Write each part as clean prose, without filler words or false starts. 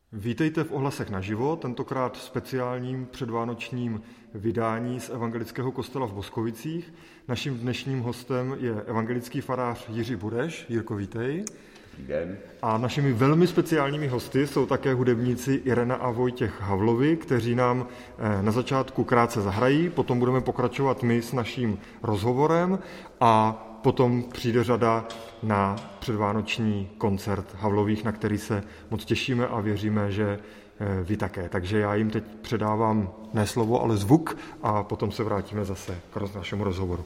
Vítejte v Ohlasech naživo, tentokrát v speciálním předvánočním vydání z evangelického kostela v Boskovicích. Naším dnešním hostem je evangelický farář Jiří Bureš. Jirko, vítej. Dobrý den. A našimi velmi speciálními hosty jsou také hudebníci Irena a Vojtěch Havlovi, kteří nám na začátku krátce zahrají, potom budeme pokračovat my s naším rozhovorem a potom přijde řada na předvánoční koncert Havlových, na který se moc těšíme a věříme, že vy také. Takže já jim teď předávám ne slovo, ale zvuk a potom se vrátíme zase k našemu rozhovoru.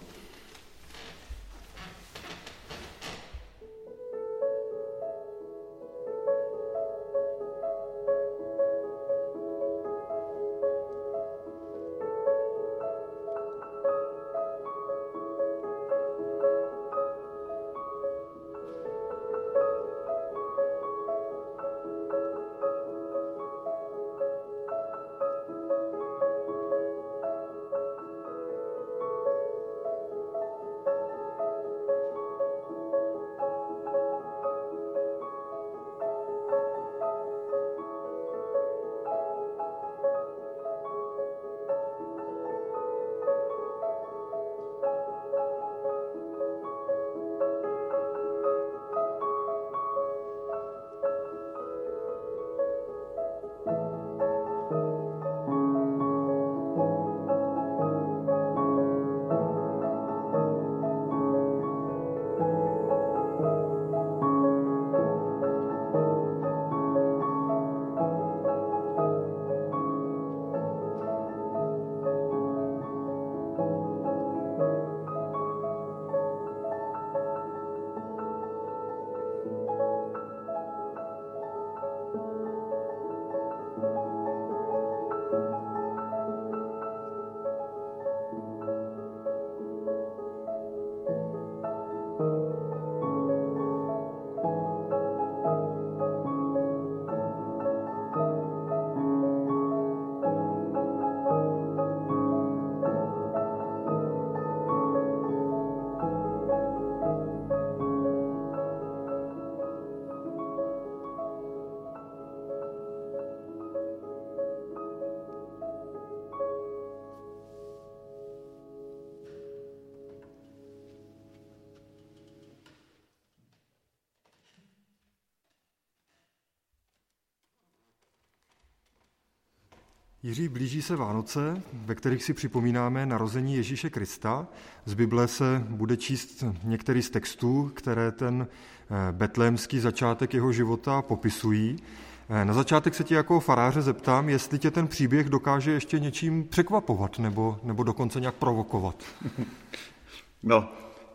Jiří, blíží se Vánoce, ve kterých si připomínáme narození Ježíše Krista. Z Bible se bude číst některý z textů, které ten betlémský začátek jeho života popisují. Na začátek se tě jako faráře zeptám, jestli tě ten příběh dokáže ještě něčím překvapovat nebo dokonce nějak provokovat. No,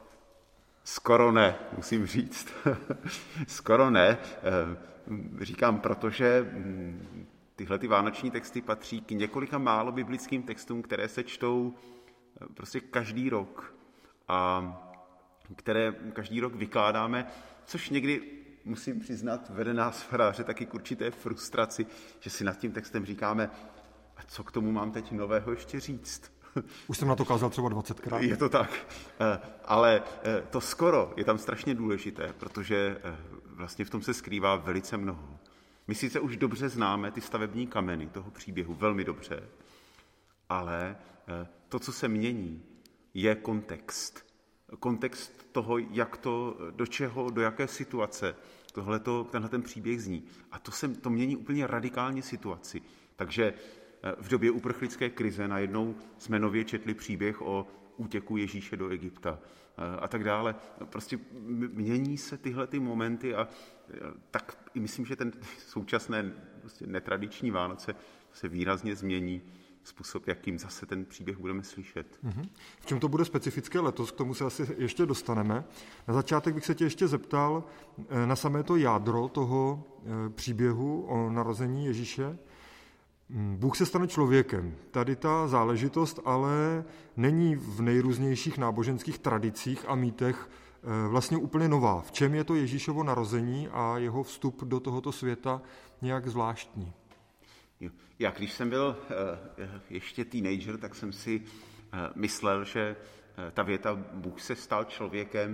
skoro ne, musím říct. Skoro ne. Říkám, protože tyhle ty vánoční texty patří k několika málo biblickým textům, které se čtou prostě každý rok a které každý rok vykládáme, což někdy, musím přiznat, vede nás faráře taky k určité frustraci, že si nad tím textem říkáme, a co k tomu mám teď nového ještě říct? Už jsem na to kázal třeba 20krát. Je to tak, ale to skoro je tam strašně důležité, protože vlastně v tom se skrývá velice mnoho. My sice už dobře známe ty stavební kameny toho příběhu, velmi dobře, ale to, co se mění, je kontext. Kontext toho, jak to, do čeho, do jaké situace tenhle ten příběh zní. A to mění úplně radikálně situaci. Takže v době uprchlické krize najednou jsme nově četli příběh o útěku Ježíše do Egypta a tak dále. Prostě mění se tyhle ty momenty a tak myslím, že ten současné prostě netradiční Vánoce se výrazně změní způsob, jakým zase ten příběh budeme slyšet. V čem to bude specifické letos, k tomu se asi ještě dostaneme. Na začátek bych se tě ještě zeptal na samé to jádro toho příběhu o narození Ježíše. Bůh se stane člověkem. Tady ta záležitost ale není v nejrůznějších náboženských tradicích a mýtech vlastně úplně nová. V čem je to Ježíšovo narození a jeho vstup do tohoto světa nějak zvláštní? Já když jsem byl ještě teenager, tak jsem si myslel, že ta věta Bůh se stal člověkem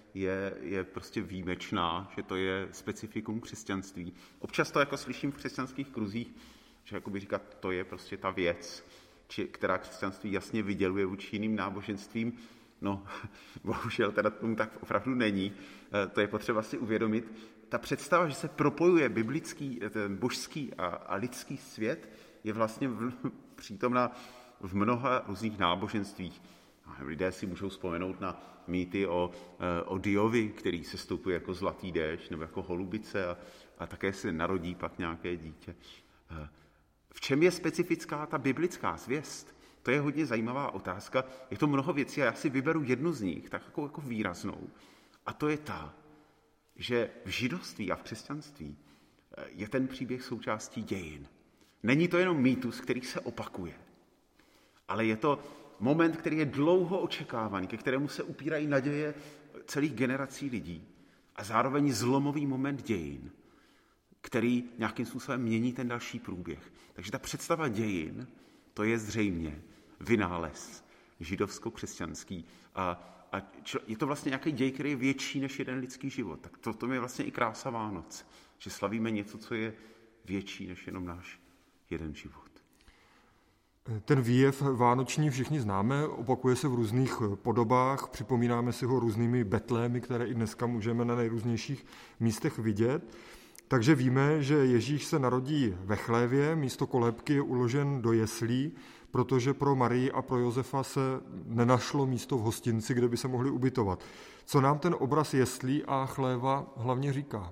je prostě výjimečná, že to je specifikum křesťanství. Občas to jako slyším v křesťanských kruzích, že jakoby říkat, to je prostě ta věc, která křesťanství jasně vyděluje vůči jiným náboženstvím. No, bohužel teda tomu tak opravdu není. To je potřeba si uvědomit. Ta představa, že se propojuje biblický, ten božský a lidský svět, je vlastně přítomna v mnoha různých náboženstvích. Lidé si můžou vzpomenout na mýty o Diovi, který se stoupuje jako zlatý déšť nebo jako holubice a také se narodí pak nějaké dítě. V čem je specifická ta biblická zvěst? To je hodně zajímavá otázka. Je to mnoho věcí a já si vyberu jednu z nich, tak jako výraznou. A to je ta, že v židovství a v křesťanství je ten příběh součástí dějin. Není to jenom mýtus, který se opakuje, ale je to moment, který je dlouho očekávaný, ke kterému se upírají naděje celých generací lidí a zároveň zlomový moment dějin, který nějakým způsobem mění ten další průběh. Takže ta představa dějin, to je zřejmě vynález židovsko-křesťanský a je to vlastně nějaký děj, který je větší než jeden lidský život. Tak to je vlastně i krása Vánoc, že slavíme něco, co je větší než jenom náš jeden život. Ten výjev vánoční všichni známe, opakuje se v různých podobách, připomínáme si ho různými betlémy, které i dneska můžeme na nejrůznějších místech vidět. Takže víme, že Ježíš se narodí ve chlévě, místo kolébky je uložen do jeslí, protože pro Marii a pro Josefa se nenašlo místo v hostinci, kde by se mohli ubytovat. Co nám ten obraz jeslí a chléva hlavně říká?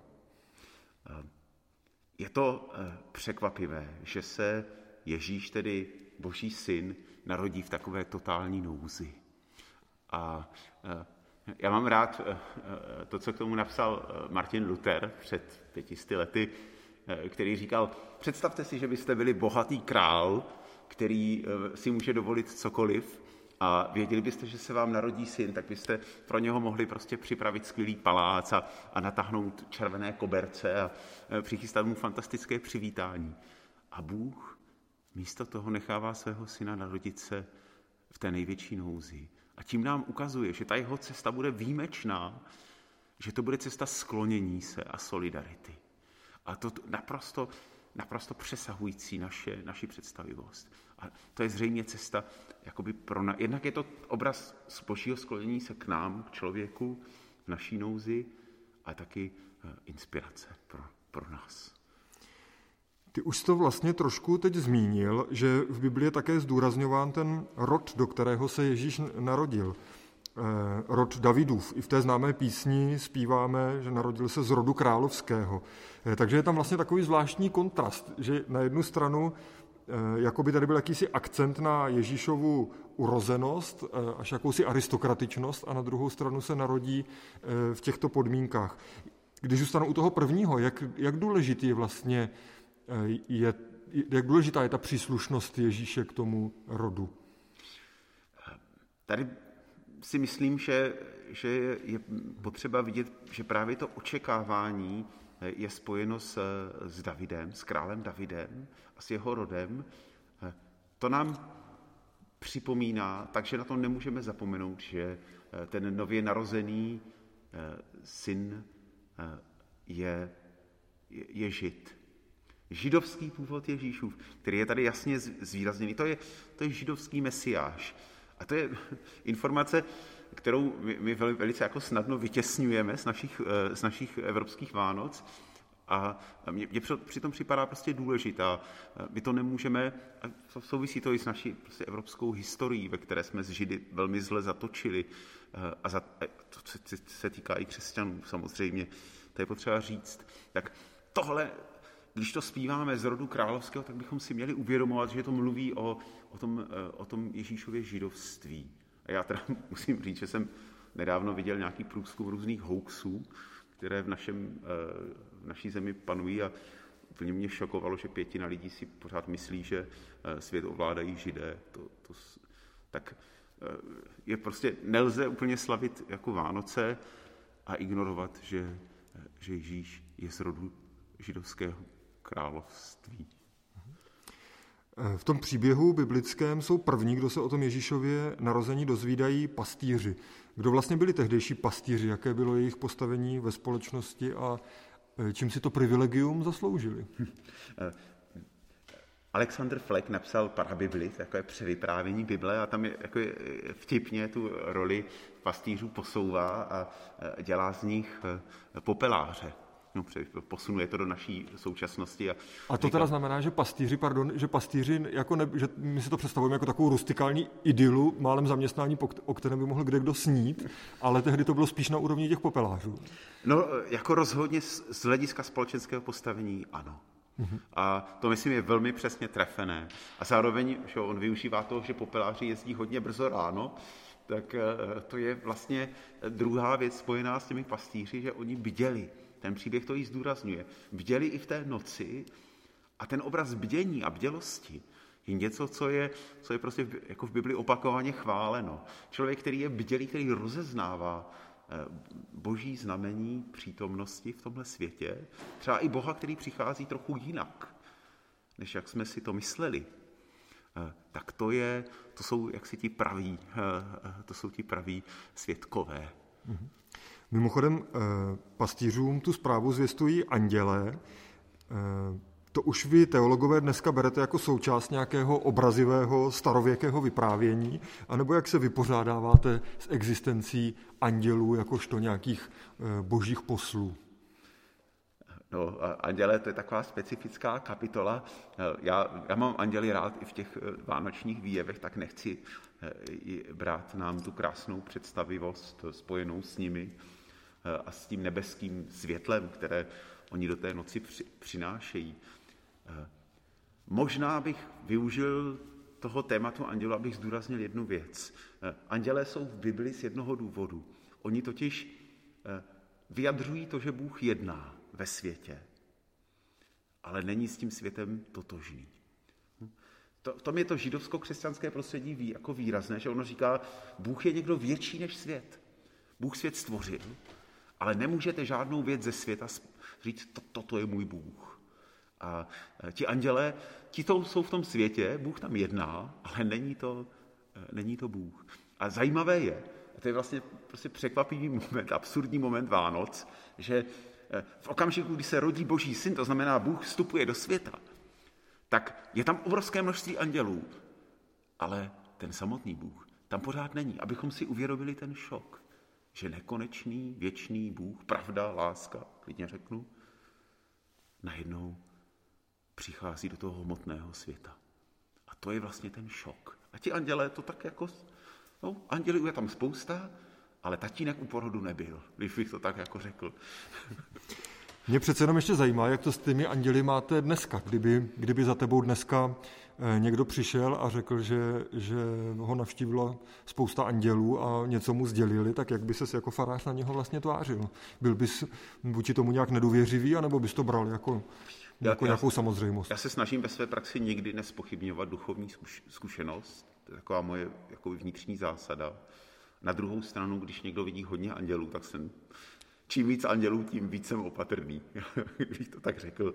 Je to překvapivé, že se Ježíš, tedy Boží syn, narodí v takové totální nouzi. A já mám rád to, co k tomu napsal Martin Luther před 500 lety, který říkal, představte si, že byste byli bohatý král, který si může dovolit cokoliv a věděli byste, že se vám narodí syn, tak byste pro něho mohli prostě připravit skvělý palác a natáhnout červené koberce a přichystat mu fantastické přivítání. A Bůh místo toho nechává svého syna narodit se v té největší nouzi. A tím nám ukazuje, že ta jeho cesta bude výjimečná, že to bude cesta sklonění se a solidarity. A to naprosto přesahující naši představivost. A to je zřejmě cesta jakoby jednak je to obraz z božího sklonění se k nám, k člověku, v naší nouzi, a taky inspirace pro nás. Ty už to vlastně trošku teď zmínil, že v Biblii je také zdůrazňován ten rod, do kterého se Ježíš narodil. Rod Davidův. I v té známé písni zpíváme, že narodil se z rodu královského. Takže je tam vlastně takový zvláštní kontrast, že na jednu stranu jakoby tady byl jakýsi akcent na Ježíšovu urozenost, až jakousi aristokratičnost, a na druhou stranu se narodí v těchto podmínkách. Když zůstanu u toho prvního, jak důležitý je vlastně jak důležitá je ta příslušnost Ježíše k tomu rodu? Tady si myslím, že je potřeba vidět, že právě to očekávání je spojeno s Davidem, s králem Davidem a s jeho rodem. To nám připomíná, takže na to nemůžeme zapomenout, že ten nově narozený syn je Žid. Židovský původ Ježíšův, který je tady jasně zvýrazněný, to je židovský mesiáš. A to je informace, kterou my velice jako snadno vytěsňujeme z našich evropských Vánoc. A mě přitom připadá prostě důležitá. My to nemůžeme, a souvisí to i s naší prostě evropskou historií, ve které jsme s Židy velmi zle zatočili. A to se týká i křesťanů samozřejmě. To je potřeba říct. Tak tohle, když to zpíváme z rodu královského, tak bychom si měli uvědomovat, že to mluví o tom Ježíšově židovství. A já teda musím říct, že jsem nedávno viděl nějaký průzkum různých hoaxů, které v naší zemi panují, a úplně mě šokovalo, že 1/5 lidí si pořád myslí, že svět ovládají Židé. Tak je prostě nelze úplně slavit jako Vánoce a ignorovat, že Ježíš je z rodu židovského království. V tom příběhu biblickém jsou první, kdo se o tom Ježíšově narození dozvídají, pastýři. Kdo vlastně byli tehdejší pastýři, jaké bylo jejich postavení ve společnosti a čím si to privilegium zasloužili? Alexander Fleck napsal Parabibli, takové převyprávění Bible, a tam je vtipně tu roli pastýřů posouvá a dělá z nich popeláře. No, posunuje to do naší současnosti. A to teda znamená, že pastýři, jako že my si to představujeme jako takovou rustikální idylu, málem zaměstnání, o kterém by mohl kdekdo snít, ale tehdy to bylo spíš na úrovni těch popelářů. No, jako rozhodně z hlediska společenského postavení ano. A to, myslím, je velmi přesně trefené. A zároveň, že on využívá toho, že popeláři jezdí hodně brzo ráno, tak to je vlastně druhá věc spojená s těmi pastýři, že oni bděli. Ten příběh to jí zdůrazňuje. Bděli i v té noci a ten obraz bdění a bdělosti je něco, co je prostě jako v Bibli opakovaně chváleno. Člověk, který je bdělý, který rozeznává boží znamení přítomnosti v tomhle světě, třeba i Boha, který přichází trochu jinak, než jak jsme si to mysleli, tak to jsou jaksi ti praví svědkové. Mimochodem, pastýřům tu zprávu zvěstují andělé. To už vy, teologové, dneska berete jako součást nějakého obrazivého starověkého vyprávění, anebo jak se vypořádáváte s existencí andělů jakožto nějakých božích poslů? No, anděle, to je taková specifická kapitola. Já mám anděly rád i v těch vánočních výjevech, tak nechci brát nám tu krásnou představivost spojenou s nimi a s tím nebeským světlem, které oni do té noci přinášejí. Možná bych využil toho tématu andělu, abych zdůraznil jednu věc. Andělé jsou v Bibli z jednoho důvodu. Oni totiž vyjadřují to, že Bůh jedná ve světě, ale není s tím světem totožný. V tom je to židovsko-křesťanské prostředí jako výrazné, že ono říká, Bůh je někdo větší než svět. Bůh svět stvořil, ale nemůžete žádnou věc ze světa říct, toto je můj Bůh. A ti andělé, ti jsou v tom světě, Bůh tam jedná, ale není to Bůh. A zajímavé je, a to je vlastně prostě překvapivý moment, absurdní moment Vánoc, že v okamžiku, kdy se rodí Boží syn, to znamená, Bůh vstupuje do světa, tak je tam obrovské množství andělů, ale ten samotný Bůh tam pořád není, abychom si uvědomili ten šok, že nekonečný, věčný Bůh, pravda, láska, klidně řeknu, najednou přichází do toho hmotného světa. A to je vlastně ten šok. A ti andělé to tak jako, andělů je tam spousta, ale tatínek u porodu nebyl, když bych to tak jako řekl. Mě přece jenom ještě zajímá, jak to s těmi anděli máte dneska. Kdyby za tebou dneska někdo přišel a řekl, že ho navštívila spousta andělů a něco mu sdělili, tak jak by ses jako farář na něho vlastně tvářil? Byl bys vůči tomu nějak nedůvěřivý, anebo bys to bral jako nějakou samozřejmost? Já se snažím ve své praxi nikdy nespochybňovat duchovní zkušenost. To je taková moje jako vnitřní zásada. Na druhou stranu, když někdo vidí hodně andělů, tak čím víc andělů, tím víc jsem opatrný. Když to tak řekl,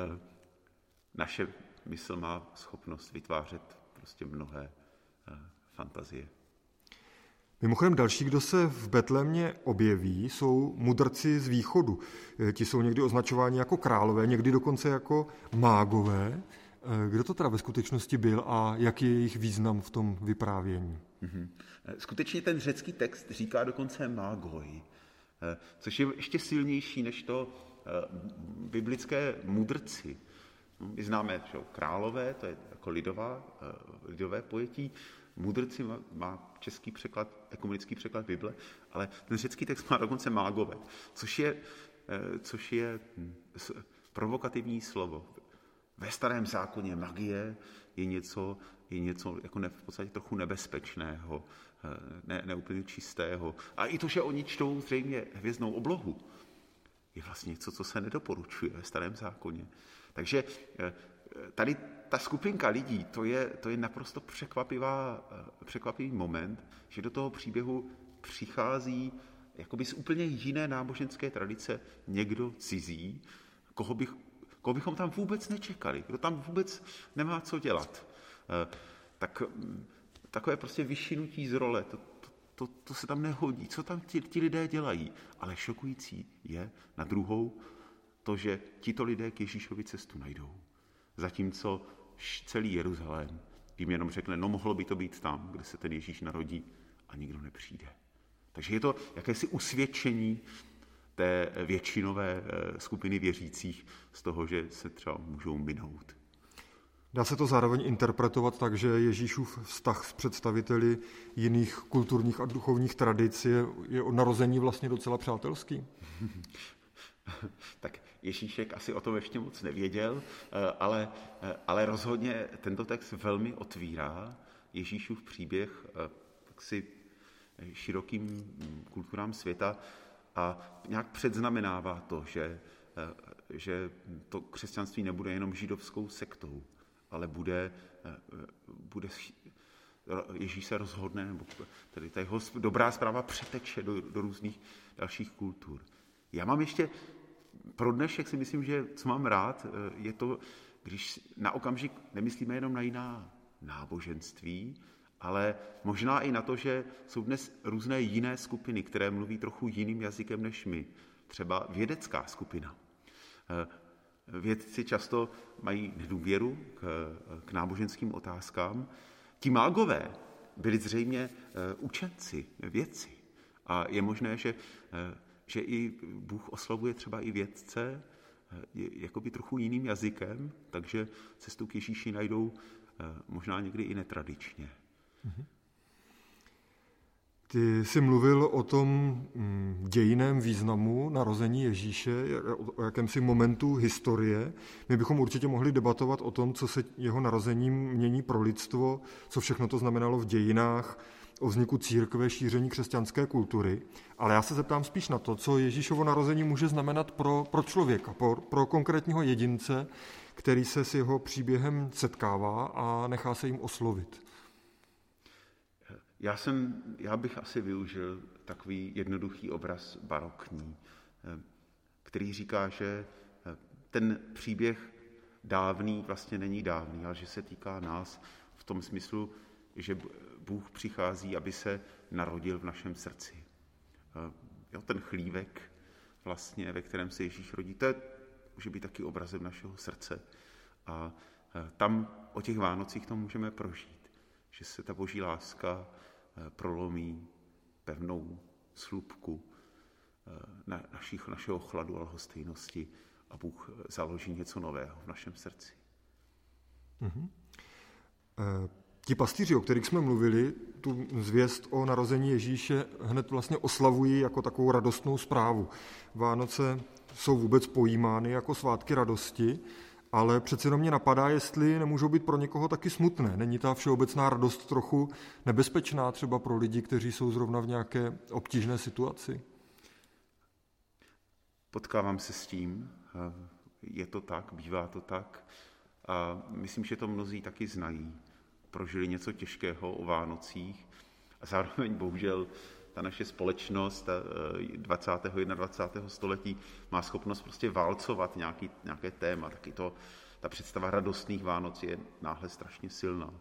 naše mysl má schopnost vytvářet prostě mnohé fantazie. Mimochodem další, kdo se v Betlémě objeví, jsou mudrci z východu. Ti jsou někdy označováni jako králové, někdy dokonce jako mágové. Kdo to teda ve skutečnosti byl a jaký je jejich význam v tom vyprávění? Skutečně ten řecký text říká dokonce mágoj, což je ještě silnější než to biblické mudrci. My známe, že králové, to je jako lidové pojetí, mudrci má český překlad, ekumenický překlad Bible, ale ten řecký text má dokonce mágové, což je provokativní slovo. Ve Starém zákoně magie je něco jako v podstatě trochu nebezpečného, ne úplně čistého. A i to, že oni čtou zřejmě hvězdnou oblohu, je vlastně něco, co se nedoporučuje ve Starém zákoně. Takže tady ta skupinka lidí, to je naprosto překvapivý moment, že do toho příběhu přichází jakoby z úplně jiné náboženské tradice někdo cizí, koho bychom tam vůbec nečekali, kdo tam vůbec nemá co dělat. tak takové prostě vyšinutí z role, to se tam nehodí. Co tam ti lidé dělají? Ale šokující je na druhou to, že tito lidé k Ježíšovi cestu najdou. Zatímco celý Jeruzalém jim jenom řekne, no mohlo by to být tam, kde se ten Ježíš narodí a nikdo nepřijde. Takže je to jakési usvědčení té většinové skupiny věřících z toho, že se třeba můžou minout. Dá se to zároveň interpretovat tak, že Ježíšův vztah s představiteli jiných kulturních a duchovních tradic je od narození vlastně docela přátelský? Tak Ježíšek asi o tom ještě moc nevěděl, ale rozhodně tento text velmi otvírá Ježíšův příběh taksi širokým kulturám světa a nějak předznamenává to, že to křesťanství nebude jenom židovskou sektou, ale bude Ježíš se rozhodne, nebo tedy ta jeho dobrá zpráva přeteče do různých dalších kultur. Já mám ještě pro dnešek si myslím, že co mám rád, je to, když na okamžik nemyslíme jenom na jiná náboženství, ale možná i na to, že jsou dnes různé jiné skupiny, které mluví trochu jiným jazykem než my. Třeba vědecká skupina. Vědci často mají nedůvěru k náboženským otázkám. Ti mágové byli zřejmě učenci, vědci. A je možné, že i Bůh oslovuje třeba i vědce jakoby trochu jiným jazykem, takže cestu k Ježíši najdou možná někdy i netradičně. Ty jsi mluvil o tom dějinném významu narození Ježíše, o jakémsi momentu historie. My bychom určitě mohli debatovat o tom, co se jeho narozením mění pro lidstvo, co všechno to znamenalo v dějinách, o vzniku církve, šíření křesťanské kultury. Ale já se zeptám spíš na to, co Ježíšovo narození může znamenat pro člověka, pro konkrétního jedince, který se s jeho příběhem setkává a nechá se jim oslovit. Já bych asi využil takový jednoduchý obraz barokní, který říká, že ten příběh dávný vlastně není dávný, ale že se týká nás v tom smyslu, že Bůh přichází, aby se narodil v našem srdci. Ten chlívek, vlastně, ve kterém se Ježíš rodí, to může být taky obrazem našeho srdce. A tam o těch Vánocích to můžeme prožít, že se ta boží láska prolomí pevnou slupku našeho chladu a lhostejnosti a Bůh založí něco nového v našem srdci. Ti pastýři, o kterých jsme mluvili, tu zvěst o narození Ježíše hned vlastně oslavují jako takovou radostnou zprávu. Vánoce jsou vůbec pojímány jako svátky radosti, ale přece jenom mě napadá, jestli nemůžou být pro někoho taky smutné. Není ta všeobecná radost trochu nebezpečná třeba pro lidi, kteří jsou zrovna v nějaké obtížné situaci? Potkávám se s tím, je to tak, bývá to tak a myslím, že to mnozí taky znají. Prožili něco těžkého o Vánocích a zároveň bohužel ta naše společnost 20. 21. století má schopnost prostě válcovat nějaké téma, taky ta představa radostných Vánoc je náhle strašně silná.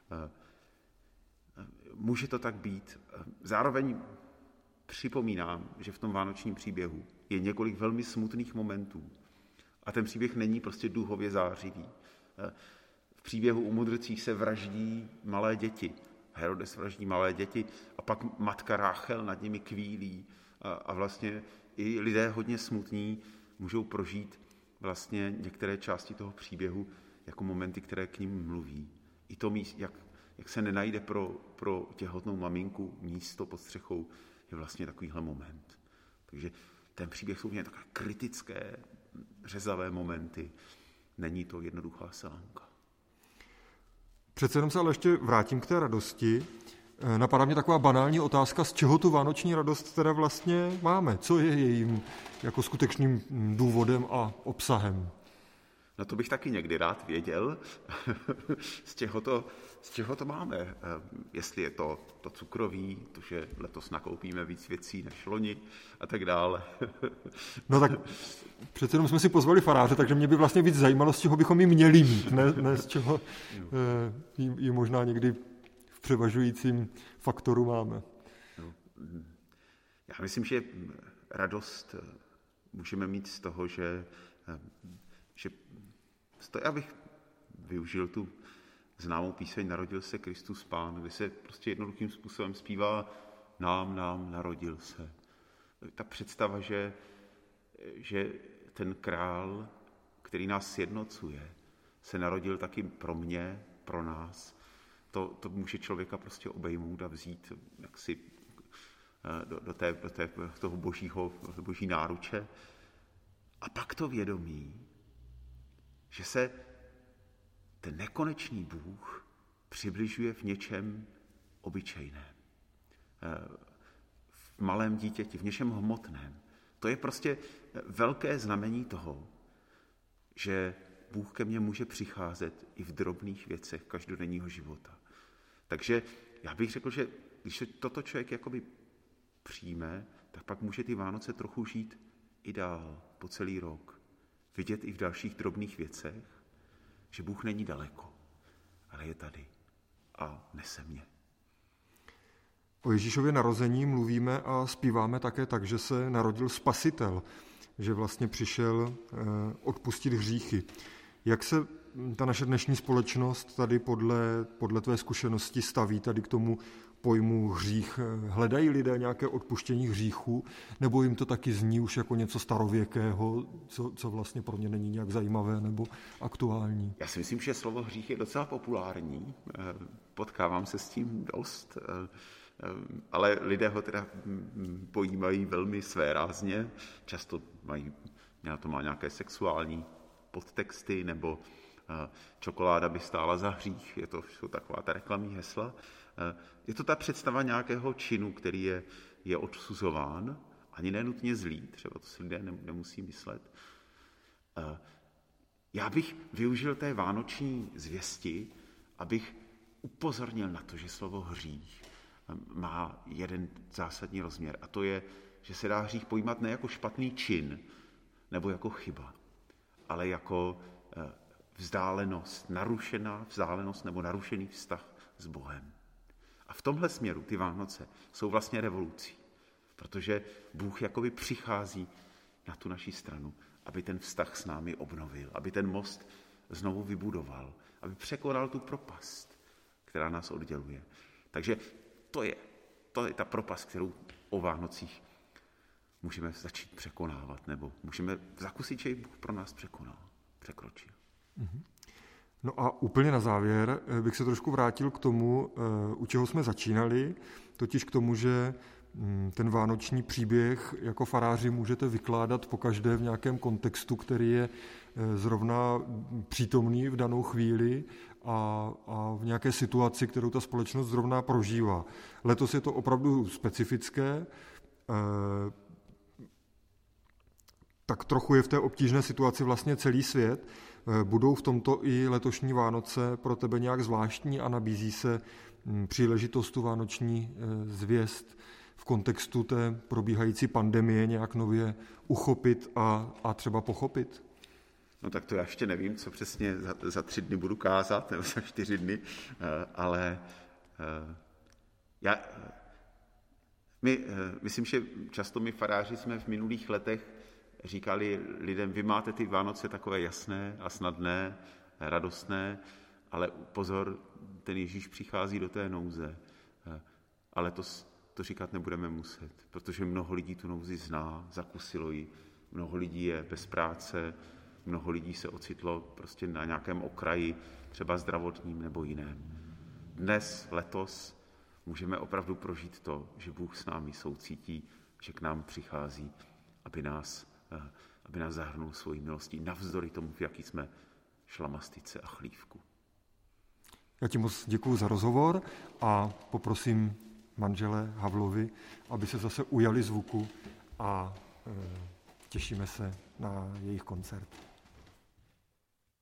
Může to tak být. Zároveň připomínám, že v tom vánočním příběhu je několik velmi smutných momentů a ten příběh není prostě duhově zářivý. V příběhu u mudrcích se vraždí malé děti. Herodes vraždí malé děti a pak matka Ráchel nad nimi kvílí a vlastně i lidé hodně smutní můžou prožít vlastně některé části toho příběhu jako momenty, které k nim mluví. I to místo, jak se nenajde pro těhotnou maminku místo pod střechou, je vlastně takovýhle moment. Takže ten příběh jsou takové kritické, řezavé momenty. Není to jednoduchá salánka. Přece jenom se ale ještě vrátím k té radosti. Napadá mě taková banální otázka, z čeho tu vánoční radost teda vlastně máme? Co je jejím jako skutečným důvodem a obsahem? No to bych taky někdy rád věděl, z čeho to máme. Jestli je to cukroví, to, že letos nakoupíme víc věcí než loni a tak dále. No tak přece jenom jsme si pozvali faráře, takže mě by vlastně víc zajímalo, z čeho bychom ji měli mít, ne z čeho ji možná někdy v převažujícím faktoru máme. No, já myslím, že radost můžeme mít z toho, že já bych využil tu známou píseň Narodil se Kristus Pán, kde se prostě jednoduchým způsobem zpívá nám narodil se. Ta představa, že ten král, který nás sjednocuje, se narodil taky pro mě, pro nás, to může člověka prostě obejmout a vzít jaksi do toho boží náruče. A pak to vědomí, že se ten nekonečný Bůh přibližuje v něčem obyčejném, v malém dítěti, v něčem hmotném. To je prostě velké znamení toho, že Bůh ke mně může přicházet i v drobných věcech každodenního života. Takže já bych řekl, že když se toto člověk jakoby přijme, tak pak může ty Vánoce trochu žít i dál, po celý rok. Vidět i v dalších drobných věcech, že Bůh není daleko, ale je tady a nese mě. O Ježíšově narození mluvíme a zpíváme také tak, že se narodil Spasitel, že vlastně přišel odpustit hříchy. Jak se ta naše dnešní společnost tady podle tvé zkušenosti staví tady k tomu pojmu hřích? Hledají lidé nějaké odpuštění hříchů, nebo jim to taky zní už jako něco starověkého, co vlastně pro ně není nějak zajímavé nebo aktuální? Já si myslím, že slovo hřích je docela populární. Potkávám se s tím dost, ale lidé ho teda pojímají velmi svérázně. Často to má nějaké sexuální podtexty, nebo čokoláda by stála za hřích. Jsou taková ta reklamní hesla. Je to ta představa nějakého činu, který je odsuzován, ani nenutně zlý, třeba to si lidé nemusí myslet. Já bych využil té vánoční zvěsti, abych upozornil na to, že slovo hřích má jeden zásadní rozměr, a to je, že se dá hřích pojímat ne jako špatný čin nebo jako chyba, ale jako narušená vzdálenost nebo narušený vztah s Bohem. A v tomhle směru ty Vánoce jsou vlastně revolucí, protože Bůh jakoby přichází na tu naši stranu, aby ten vztah s námi obnovil, aby ten most znovu vybudoval, aby překonal tu propast, která nás odděluje. Takže to je ta propast, kterou o Vánocích můžeme začít překonávat, nebo můžeme zakusit, že ji Bůh pro nás překročil. Mm-hmm. No a úplně na závěr bych se trošku vrátil k tomu, u čeho jsme začínali, totiž k tomu, že ten vánoční příběh jako faráři můžete vykládat pokaždé v nějakém kontextu, který je zrovna přítomný v danou chvíli a v nějaké situaci, kterou ta společnost zrovna prožívá. Letos je to opravdu specifické, tak trochu je v té obtížné situaci vlastně celý svět. Budou v tomto i letošní Vánoce pro tebe nějak zvláštní a nabízí se příležitost tu vánoční zvěst v kontextu té probíhající pandemie nějak nově uchopit a třeba pochopit? No tak to já ještě nevím, co přesně za 3 dny budu kázat, nebo za 4 dny, ale myslím, že často my faráři jsme v minulých letech říkali lidem, vy máte ty Vánoce takové jasné a snadné, radostné, ale pozor, ten Ježíš přichází do té nouze. Ale to říkat nebudeme muset, protože mnoho lidí tu nouzi zná, zakusilo ji, mnoho lidí je bez práce, mnoho lidí se ocitlo prostě na nějakém okraji, třeba zdravotním nebo jiném. Dnes, letos můžeme opravdu prožít to, že Bůh s námi soucítí, že k nám přichází, aby nás zahrnul svojí milostí, navzdory tomu, v jaký jsme šlamastice a chlívku. Já ti moc děkuju za rozhovor a poprosím manžele Havlovi, aby se zase ujali zvuku a těšíme se na jejich koncert.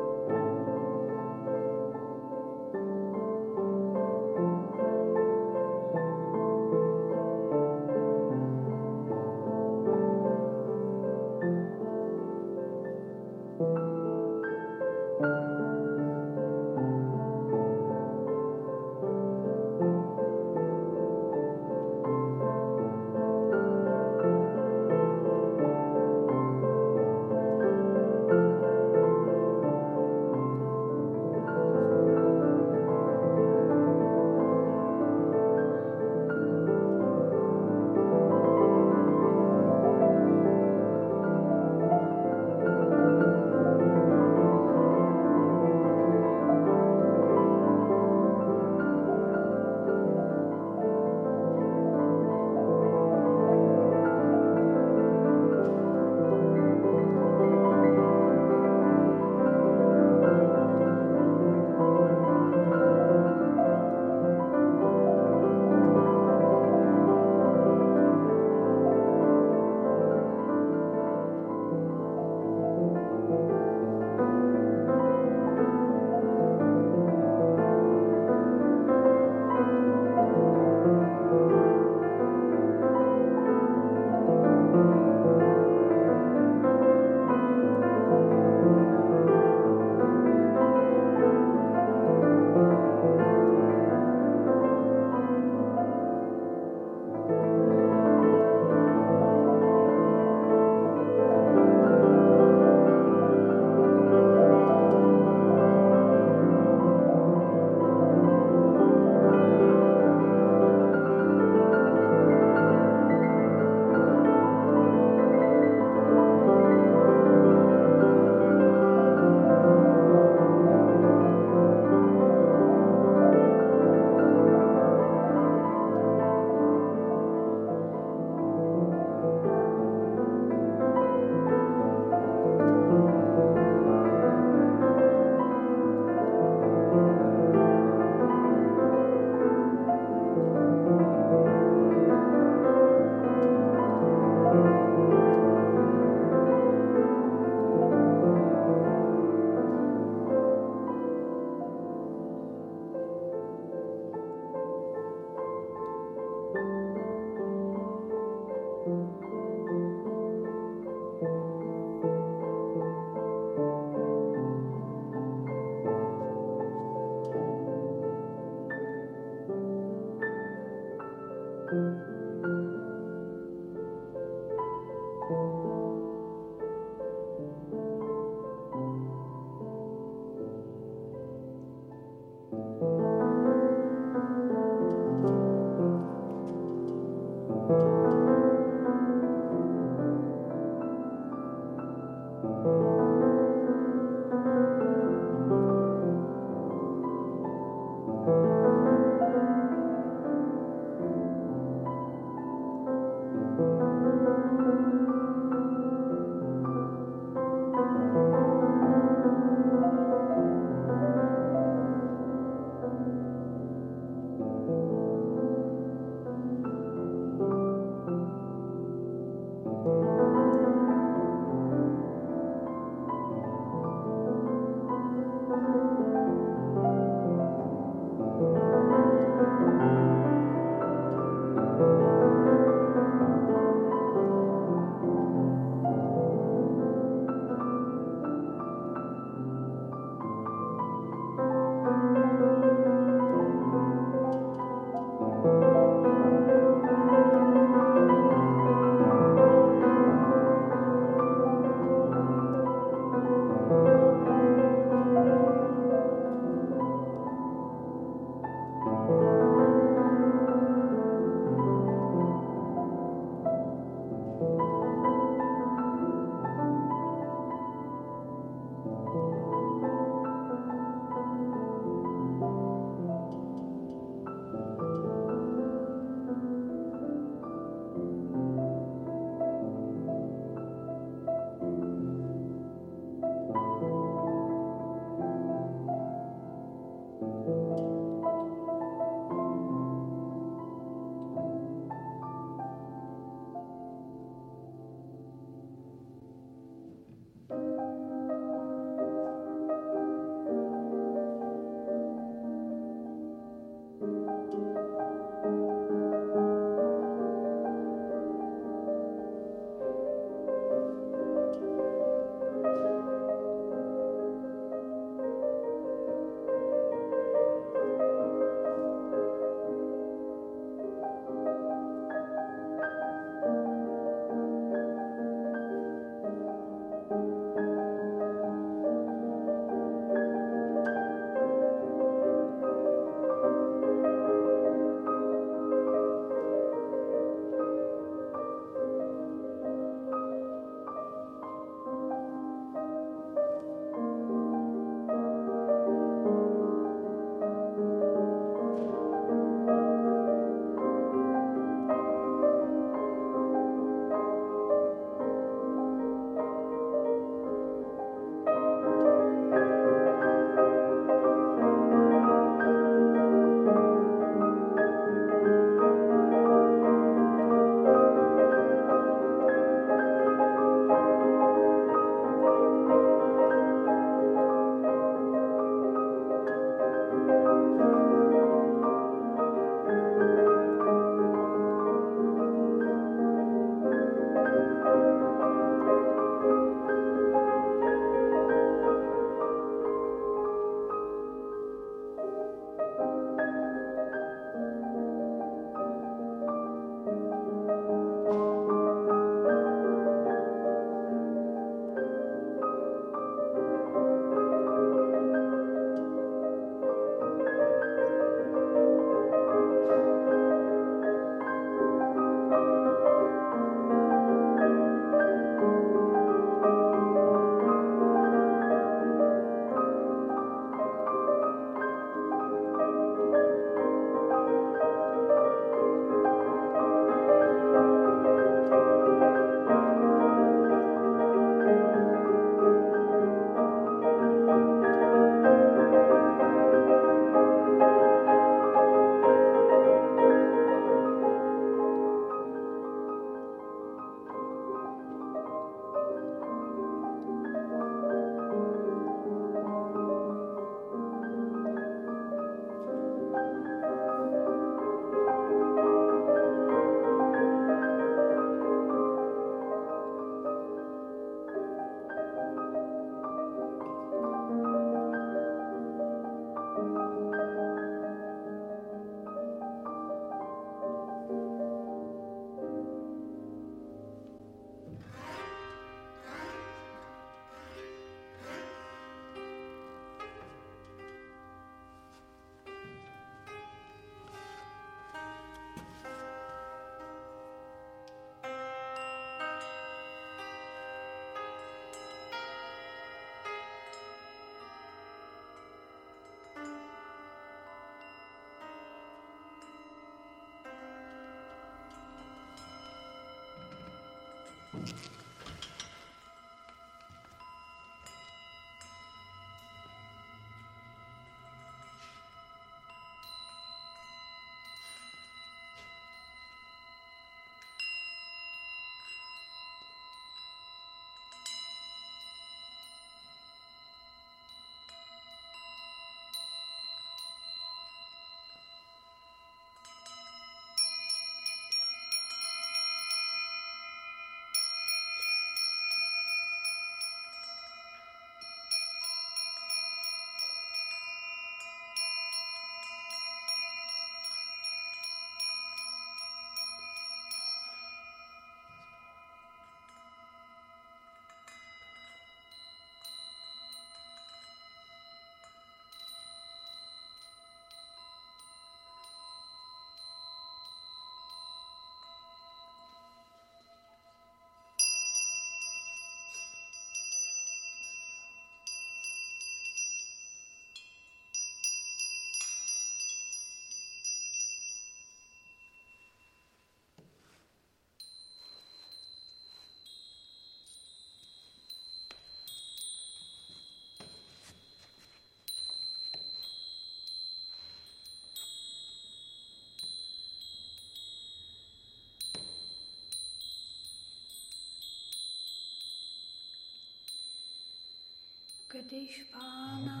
Když Panna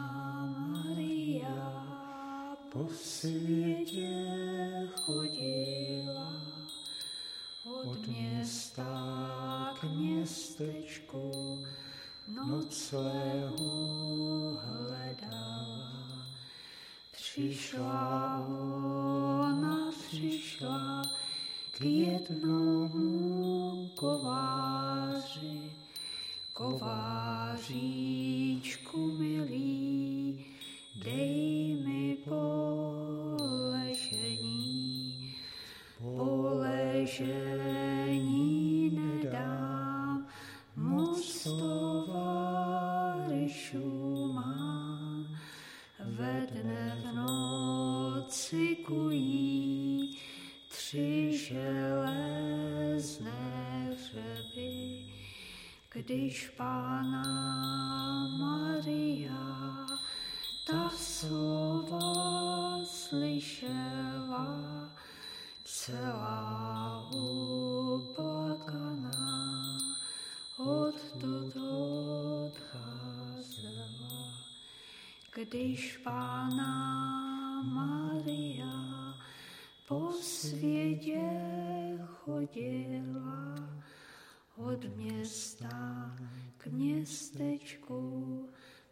Maria po světě chodila, od města k městečku noclehu hledala. Přišla k jednomu kováři, kováříčku milý, dej mi poležení nedám, moc továryšů mám, ve dne v noci kují 3 železné hřeby. Když Panna Maria ta slova slyšela, celá uplakaná odtud odcházela. Když Panna Maria po světě chodila, od města k městečku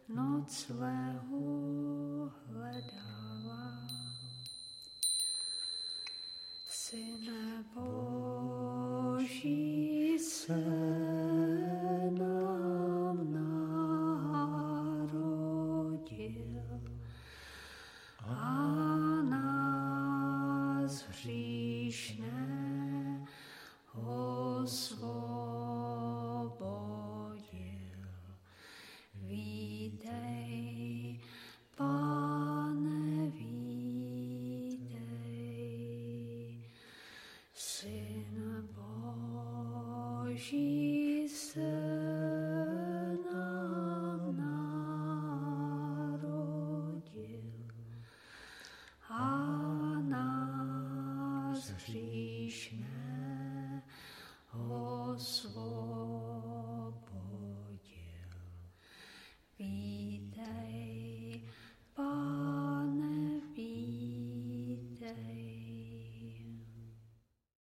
noclehu hledala. Syne Boží se nám narodil a nás hříšné osvobodil. Vítej, Pane, vítej, Syn Boží.